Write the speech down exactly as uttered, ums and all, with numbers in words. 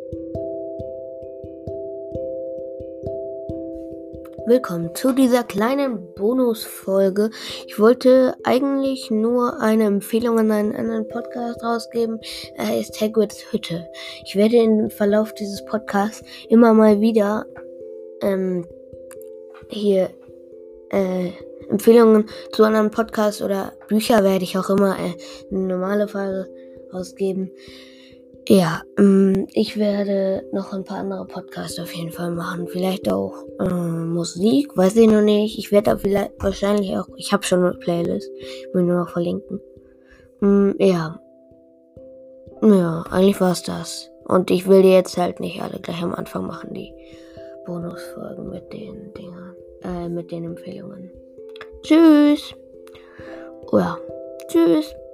Willkommen zu dieser kleinen Bonusfolge. Ich wollte eigentlich nur eine Empfehlung an einen anderen Podcast rausgeben. Er heißt Hagrids Hütte. Ich werde im Verlauf dieses Podcasts immer mal wieder ähm, hier äh, Empfehlungen zu anderen Podcasts oder Bücher werde ich auch immer äh, eine normale Folge rausgeben. Ja, ähm, ich werde noch ein paar andere Podcasts auf jeden Fall machen. Vielleicht auch äh, Musik, weiß ich noch nicht. Ich werde da vielleicht wahrscheinlich auch, ich habe schon eine Playlist, will nur noch verlinken. Ähm, ja, ja, eigentlich war's das. Und ich will die jetzt halt nicht alle gleich am Anfang machen, die Bonusfolgen mit den Dingern, äh, mit den Empfehlungen. Tschüss. Oh ja, tschüss.